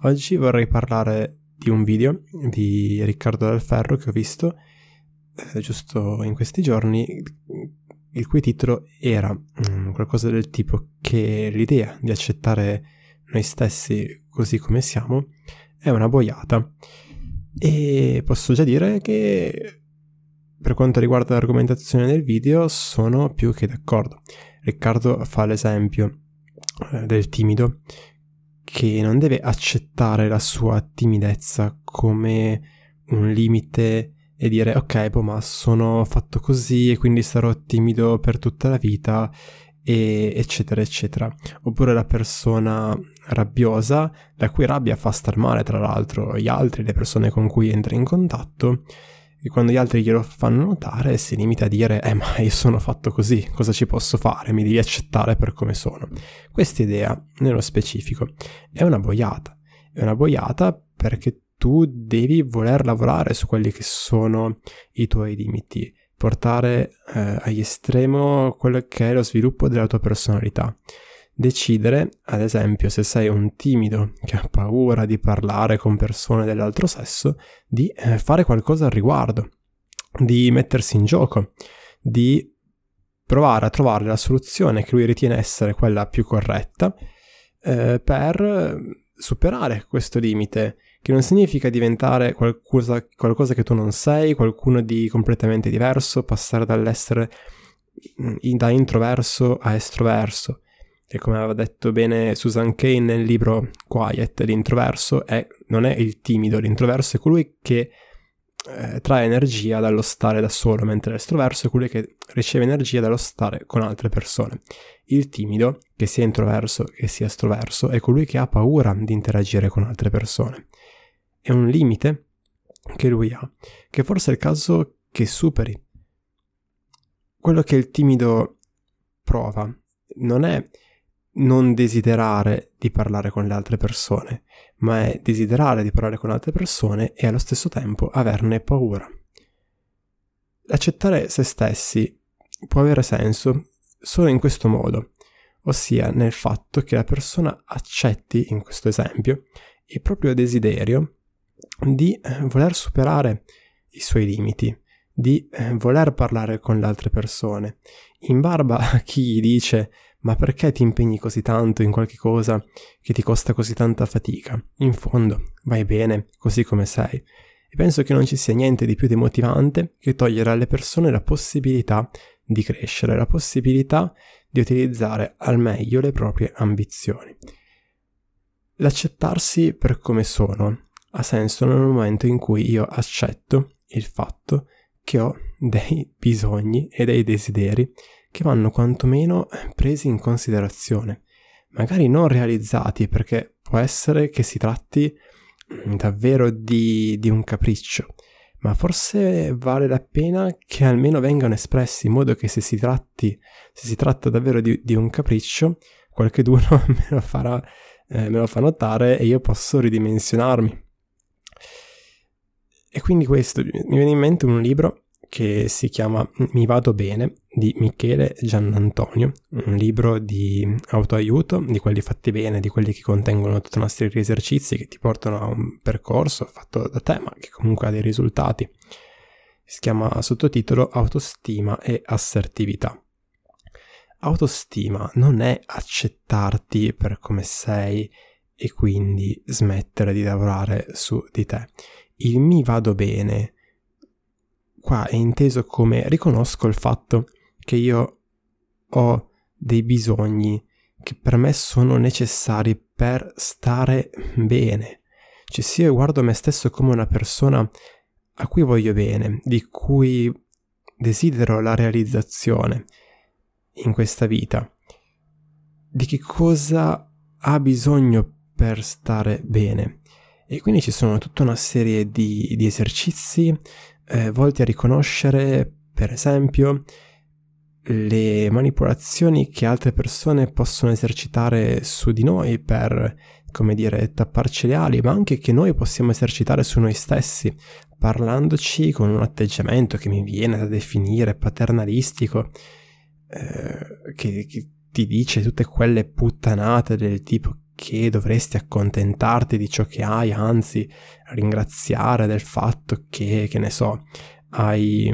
Oggi vorrei parlare di un video di Riccardo Del Ferro che ho visto giusto in questi giorni, il cui titolo era qualcosa del tipo che l'idea di accettare noi stessi così come siamo è una boiata. E posso già dire che per quanto riguarda l'argomentazione del video sono più che d'accordo. Riccardo fa l'esempio del timido che non deve accettare la sua timidezza come un limite e dire ok, ma sono fatto così e quindi sarò timido per tutta la vita, e eccetera eccetera. Oppure la persona rabbiosa, la cui rabbia fa star male tra l'altro gli altri, le persone con cui entra in contatto, e quando gli altri glielo fanno notare si limita a dire ma io sono fatto così, cosa ci posso fare? Mi devi accettare per come sono. Questa idea, nello specifico, è una boiata perché tu devi voler lavorare su quelli che sono i tuoi limiti, portare agli estremo quello che è lo sviluppo della tua personalità. Decidere, ad esempio, se sei un timido che ha paura di parlare con persone dell'altro sesso, di fare qualcosa al riguardo, di mettersi in gioco, di provare a trovare la soluzione che lui ritiene essere quella più corretta per superare questo limite, che non significa diventare qualcosa che tu non sei, qualcuno di completamente diverso, passare dall'essere da introverso a estroverso. E come aveva detto bene Susan Cain nel libro Quiet, l'introverso non è il timido, l'introverso è colui che trae energia dallo stare da solo, mentre l'estroverso è colui che riceve energia dallo stare con altre persone. Il timido, che sia introverso che sia estroverso, è colui che ha paura di interagire con altre persone. È un limite che lui ha, che forse è il caso che superi. Quello che il timido prova non è non desiderare di parlare con le altre persone, ma è desiderare di parlare con altre persone e allo stesso tempo averne paura. L'accettare se stessi può avere senso solo in questo modo, ossia nel fatto che la persona accetti, in questo esempio, il proprio desiderio di voler superare i suoi limiti, di voler parlare con le altre persone, in barba a chi gli dice ma perché ti impegni così tanto in qualche cosa che ti costa così tanta fatica? In fondo vai bene così come sei. E penso che non ci sia niente di più demotivante che togliere alle persone la possibilità di crescere, la possibilità di utilizzare al meglio le proprie ambizioni. L'accettarsi per come sono ha senso nel momento in cui io accetto il fatto che ho dei bisogni e dei desideri che vanno quantomeno presi in considerazione, magari non realizzati, perché può essere che si tratti davvero di un capriccio, ma forse vale la pena che almeno vengano espressi, in modo che se si tratta davvero di un capriccio, qualcheduno me lo fa notare e io posso ridimensionarmi. E quindi questo, mi viene in mente un libro che si chiama Mi vado bene, di Michele Giannantonio, un libro di autoaiuto, di quelli fatti bene, di quelli che contengono tutta una serie di esercizi che ti portano a un percorso fatto da te, ma che comunque ha dei risultati. Si chiama sottotitolo Autostima e assertività. Autostima non è accettarti per come sei e quindi smettere di lavorare su di te. Il mi vado bene qua è inteso come riconosco il fatto che io ho dei bisogni che per me sono necessari per stare bene. Cioè, se io guardo me stesso come una persona a cui voglio bene, di cui desidero la realizzazione in questa vita, di che cosa ha bisogno per stare bene. E quindi ci sono tutta una serie di esercizi volti a riconoscere, per esempio, le manipolazioni che altre persone possono esercitare su di noi per, come dire, tapparci le ali, ma anche che noi possiamo esercitare su noi stessi, parlandoci con un atteggiamento che mi viene da definire paternalistico, che ti dice tutte quelle puttanate del tipo che dovresti accontentarti di ciò che hai, anzi ringraziare del fatto che ne so, hai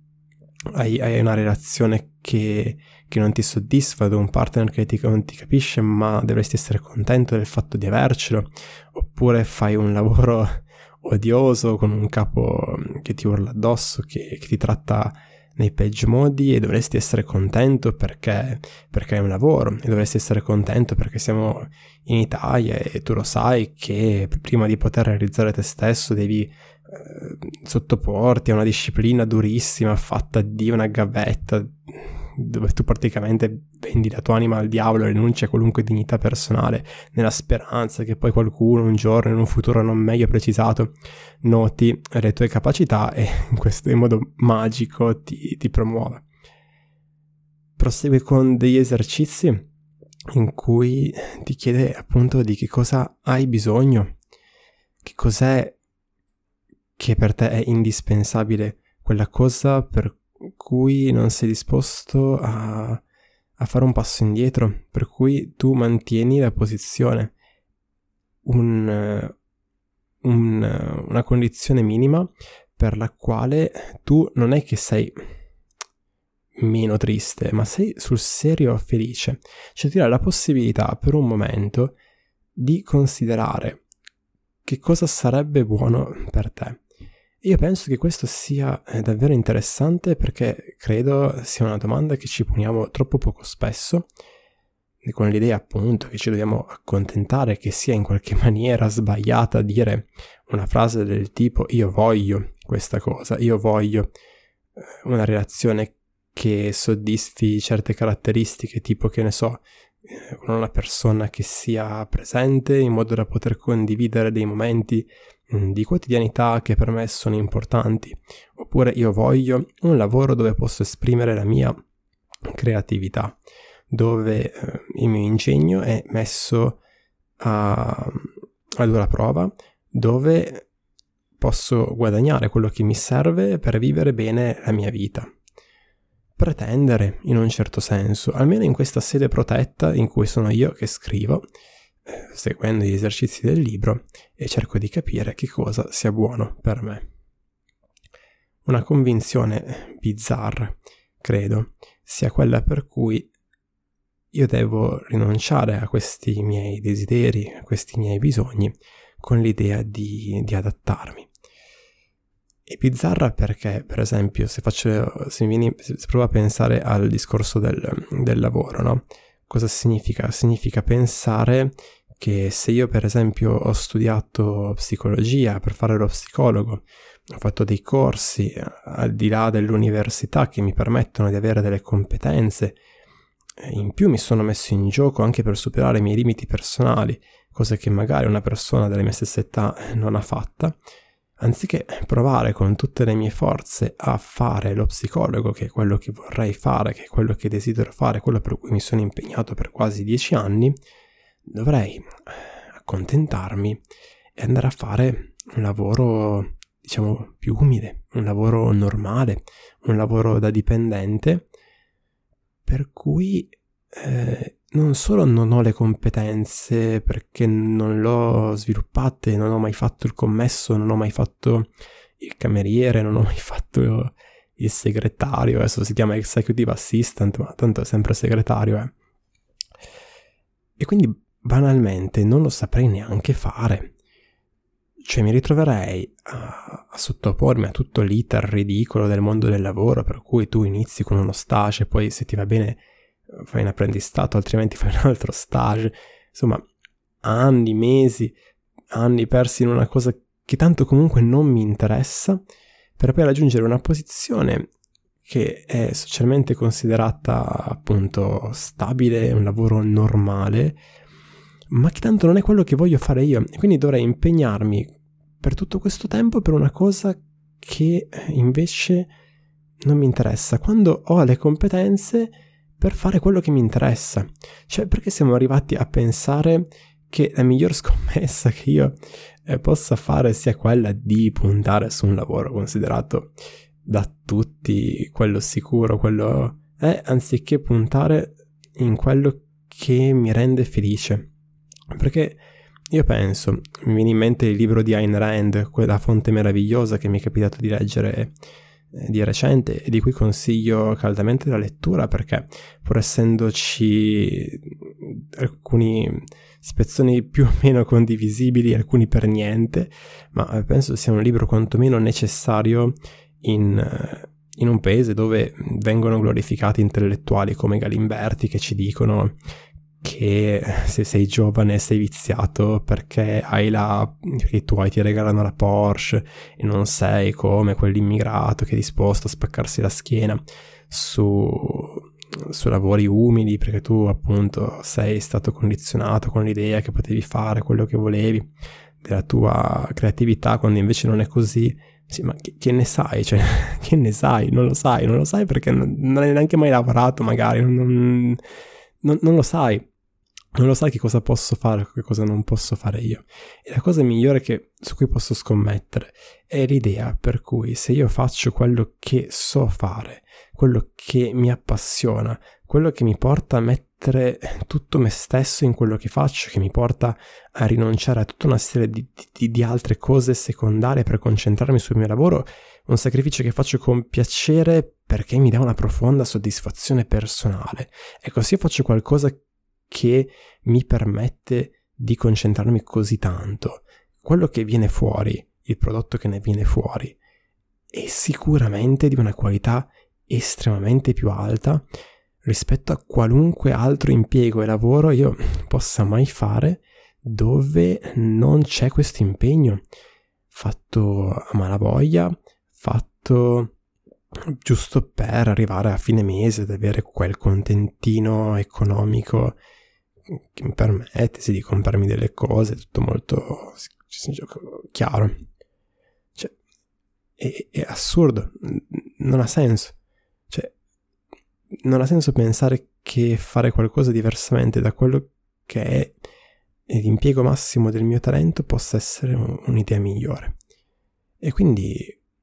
una relazione che non ti soddisfa, ad un partner che non ti capisce, ma dovresti essere contento del fatto di avercelo, oppure fai un lavoro odioso con un capo che ti urla addosso, che ti tratta nei peggiori modi, e dovresti essere contento perché è un lavoro, e dovresti essere contento perché siamo in Italia e tu lo sai che prima di poter realizzare te stesso devi sottoporti a una disciplina durissima fatta di una gavetta dove tu praticamente vendi la tua anima al diavolo e rinunci a qualunque dignità personale nella speranza che poi qualcuno un giorno in un futuro non meglio precisato noti le tue capacità e in modo magico ti promuova. Prosegui con degli esercizi in cui ti chiede appunto di che cosa hai bisogno, che cos'è che per te è indispensabile, quella cosa per cui non sei disposto a fare un passo indietro, per cui tu mantieni la posizione, una condizione minima per la quale tu non è che sei meno triste, ma sei sul serio felice, cioè ti dà la possibilità per un momento di considerare che cosa sarebbe buono per te. Io penso che questo sia davvero interessante, perché credo sia una domanda che ci poniamo troppo poco spesso, con l'idea appunto che ci dobbiamo accontentare, che sia in qualche maniera sbagliata dire una frase del tipo io voglio questa cosa, io voglio una relazione che soddisfi certe caratteristiche, tipo che ne so, con una persona che sia presente in modo da poter condividere dei momenti di quotidianità che per me sono importanti, oppure io voglio un lavoro dove posso esprimere la mia creatività, dove il mio ingegno è messo a dura prova, dove posso guadagnare quello che mi serve per vivere bene la mia vita. Pretendere, in un certo senso, almeno in questa sede protetta in cui sono io che scrivo, seguendo gli esercizi del libro, e cerco di capire che cosa sia buono per me. Una convinzione bizzarra, credo, sia quella per cui io devo rinunciare a questi miei desideri, a questi miei bisogni, con l'idea di adattarmi. È bizzarra perché, per esempio, se provo a pensare al discorso del lavoro, no? Cosa significa? Significa pensare che se io, per esempio, ho studiato psicologia per fare lo psicologo, ho fatto dei corsi al di là dell'università che mi permettono di avere delle competenze, in più mi sono messo in gioco anche per superare i miei limiti personali, cose che magari una persona della mia stessa età non ha fatta, anziché provare con tutte le mie forze a fare lo psicologo, che è quello che vorrei fare, che è quello che desidero fare, quello per cui mi sono impegnato per quasi 10 anni, dovrei accontentarmi e andare a fare un lavoro, diciamo, più umile, un lavoro normale, un lavoro da dipendente, per cui non solo non ho le competenze perché non l'ho sviluppate, non ho mai fatto il commesso, non ho mai fatto il cameriere, non ho mai fatto il segretario, adesso si chiama executive assistant, ma tanto è sempre segretario. E quindi banalmente non lo saprei neanche fare. Cioè mi ritroverei a sottopormi a tutto l'iter ridicolo del mondo del lavoro, per cui tu inizi con uno stage e poi se ti va bene fai un apprendistato, altrimenti fai un altro stage, insomma anni, mesi, anni persi in una cosa che tanto comunque non mi interessa, per poi raggiungere una posizione che è socialmente considerata appunto stabile, un lavoro normale, ma che tanto non è quello che voglio fare io, e quindi dovrei impegnarmi per tutto questo tempo per una cosa che invece non mi interessa, quando ho le competenze per fare quello che mi interessa. Cioè, perché siamo arrivati a pensare che la miglior scommessa che io possa fare sia quella di puntare su un lavoro considerato da tutti quello sicuro, quello è, anziché puntare in quello che mi rende felice, Perché io penso, mi viene in mente il libro di Ayn Rand, quella fonte meravigliosa che mi è capitato di leggere di recente e di cui consiglio caldamente la lettura, perché pur essendoci alcuni spezzoni più o meno condivisibili, alcuni per niente, ma penso sia un libro quantomeno necessario in un paese dove vengono glorificati intellettuali come Galimberti, che ci dicono che se sei giovane sei viziato perché ti regalano la Porsche e non sei come quell'immigrato che è disposto a spaccarsi la schiena su lavori umili, perché tu appunto sei stato condizionato con l'idea che potevi fare quello che volevi della tua creatività, quando invece non è così. Sì, ma che ne sai? Cioè, che ne sai? Non lo sai perché non hai neanche mai lavorato, magari, non lo sai. Non lo sai che cosa posso fare, che cosa non posso fare io. E la cosa migliore su cui posso scommettere è l'idea per cui se io faccio quello che so fare, quello che mi appassiona, quello che mi porta a mettere tutto me stesso in quello che faccio, che mi porta a rinunciare a tutta una serie di altre cose secondarie per concentrarmi sul mio lavoro, un sacrificio che faccio con piacere perché mi dà una profonda soddisfazione personale. Ecco, se io faccio qualcosa che mi permette di concentrarmi così tanto, quello che viene fuori, il prodotto che ne viene fuori, è sicuramente di una qualità estremamente più alta rispetto a qualunque altro impiego e lavoro io possa mai fare dove non c'è questo impegno fatto a malavoglia, fatto giusto per arrivare a fine mese ad avere quel contentino economico che mi permette di comprarmi delle cose, tutto molto chiaro. Cioè, è assurdo, non ha senso. Cioè, non ha senso pensare che fare qualcosa diversamente da quello che è l'impiego massimo del mio talento possa essere un'idea migliore. E quindi,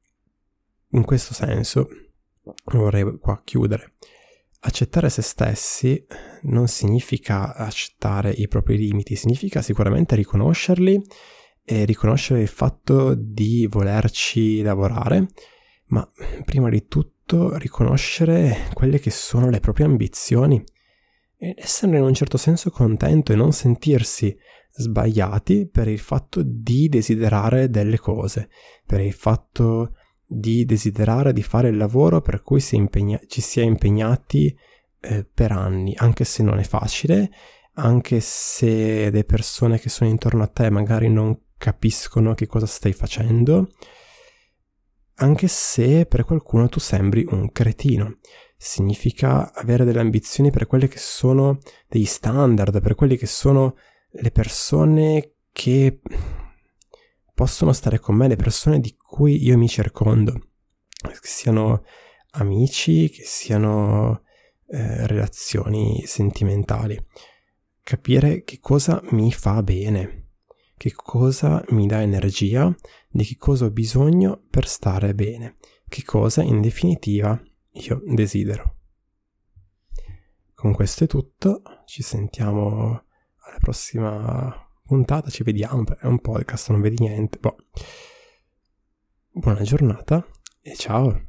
in questo senso, vorrei qua chiudere. Accettare se stessi non significa accettare i propri limiti, significa sicuramente riconoscerli e riconoscere il fatto di volerci lavorare, ma prima di tutto riconoscere quelle che sono le proprie ambizioni e esserne in un certo senso contento e non sentirsi sbagliati per il fatto di desiderare delle cose, per il fatto di desiderare di fare il lavoro per cui ci si è impegnati per anni, anche se non è facile, anche se le persone che sono intorno a te magari non capiscono che cosa stai facendo, anche se per qualcuno tu sembri un cretino. Significa avere delle ambizioni per quelle che sono degli standard, per quelle che sono le persone che possono stare con me, le persone di cui io mi circondo, che siano amici, che siano relazioni sentimentali. Capire che cosa mi fa bene, che cosa mi dà energia, di che cosa ho bisogno per stare bene, che cosa in definitiva io desidero. Con questo è tutto, ci sentiamo alla prossima puntata, ci vediamo, è un podcast, non vedi niente. Buona giornata e ciao!